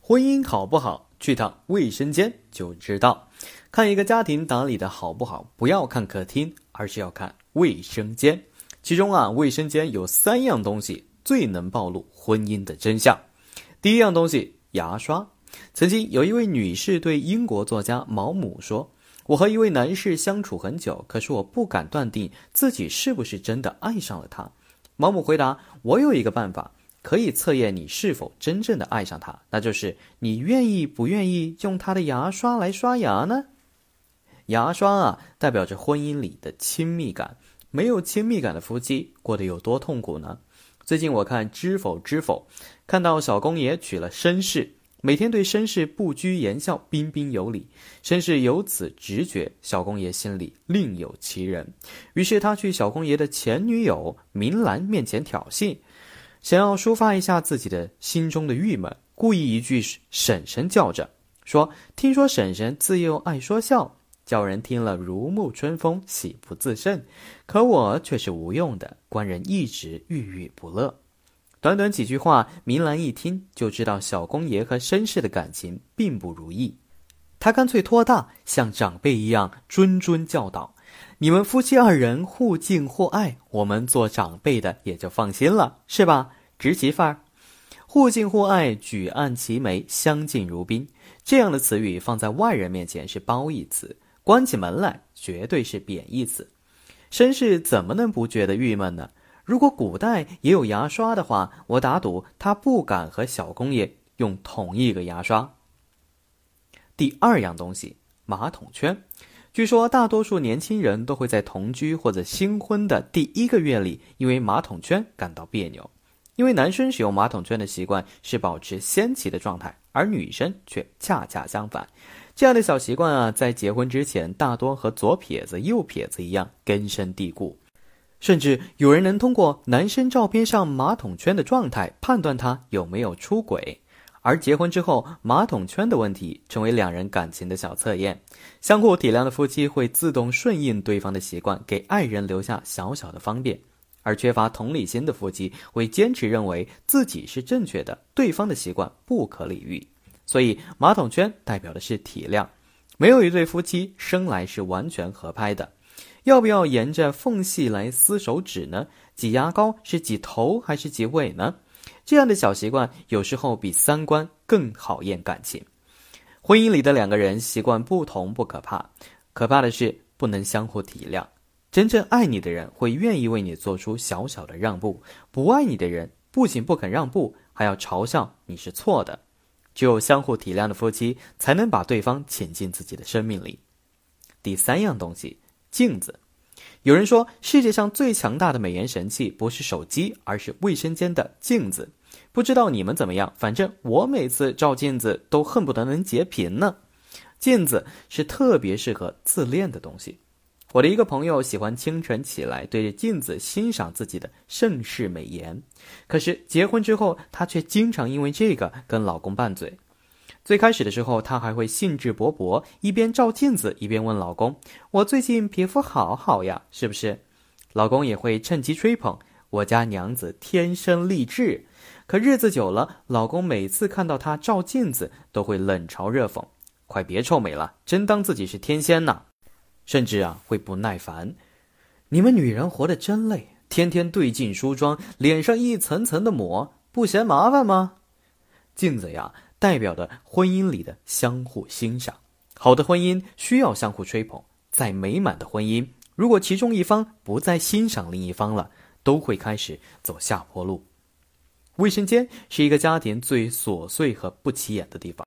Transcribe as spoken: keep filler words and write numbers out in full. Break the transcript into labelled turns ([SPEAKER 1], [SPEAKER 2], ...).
[SPEAKER 1] 婚姻好不好，去趟卫生间就知道。看一个家庭打理的好不好，不要看客厅，而是要看卫生间。其中啊，卫生间有三样东西最能暴露婚姻的真相。第一样东西，牙刷。曾经有一位女士对英国作家毛姆说，我和一位男士相处很久，可是我不敢断定自己是不是真的爱上了他。毛姆回答，我有一个办法可以测验你是否真正的爱上他，那就是你愿意不愿意用他的牙刷来刷牙呢？牙刷啊，代表着婚姻里的亲密感。没有亲密感的夫妻过得有多痛苦呢？最近我看知否知否，看到小公爷娶了绅士，每天对绅士不拘言笑，彬彬有礼。绅士由此直觉小公爷心里另有其人，于是他去小公爷的前女友明兰面前挑衅，想要抒发一下自己的心中的郁闷，故意一句婶婶叫着，说听说婶婶自幼爱说笑，叫人听了如沐春风，喜不自胜，可我却是无用的，官人一直郁郁不乐。短短几句话，明兰一听就知道小公爷和绅士的感情并不如意，他干脆托大，像长辈一样谆谆教导，你们夫妻二人互敬互爱，我们做长辈的也就放心了，是吧？直媳妇儿。互敬互爱，举案齐眉，相敬如宾，这样的词语放在外人面前是褒义词，关起门来绝对是贬义词。绅士怎么能不觉得郁闷呢？如果古代也有牙刷的话，我打赌他不敢和小公爷用同一个牙刷。第二样东西，马桶圈。据说大多数年轻人都会在同居或者新婚的第一个月里因为马桶圈感到别扭。因为男生使用马桶圈的习惯是保持先期的状态，而女生却恰恰相反。这样的小习惯啊，在结婚之前大多和左撇子右撇子一样根深蒂固，甚至有人能通过男生照片上马桶圈的状态判断他有没有出轨。而结婚之后，马桶圈的问题成为两人感情的小测验。相互体谅的夫妻会自动顺应对方的习惯，给爱人留下小小的方便。而缺乏同理心的夫妻会坚持认为自己是正确的，对方的习惯不可理喻。所以马桶圈代表的是体谅，没有一对夫妻生来是完全合拍的。要不要沿着缝隙来撕手指呢？挤牙膏是挤头还是挤尾呢？这样的小习惯有时候比三观更考验感情。婚姻里的两个人习惯不同不可怕，可怕的是不能相互体谅。真正爱你的人会愿意为你做出小小的让步，不爱你的人不仅不肯让步，还要嘲笑你是错的。只有相互体谅的夫妻才能把对方请进自己的生命里。第三样东西，镜子。有人说世界上最强大的美颜神器不是手机，而是卫生间的镜子。不知道你们怎么样，反正我每次照镜子都恨不得能截屏呢。镜子是特别适合自恋的东西。我的一个朋友喜欢清晨起来对着镜子欣赏自己的盛世美颜，可是结婚之后，她却经常因为这个跟老公拌嘴。最开始的时候，她还会兴致勃勃，一边照镜子一边问老公，我最近皮肤好好呀，是不是？老公也会趁机吹捧，我家娘子天生丽质。可日子久了，老公每次看到她照镜子都会冷嘲热讽，快别臭美了，真当自己是天仙呢。甚至啊会不耐烦，你们女人活得真累，天天对镜梳妆，脸上一层层的抹，不嫌麻烦吗？镜子呀，代表的婚姻里的相互欣赏。好的婚姻需要相互吹捧，再美满的婚姻，如果其中一方不再欣赏另一方了，都会开始走下坡路。卫生间是一个家庭最琐碎和不起眼的地方。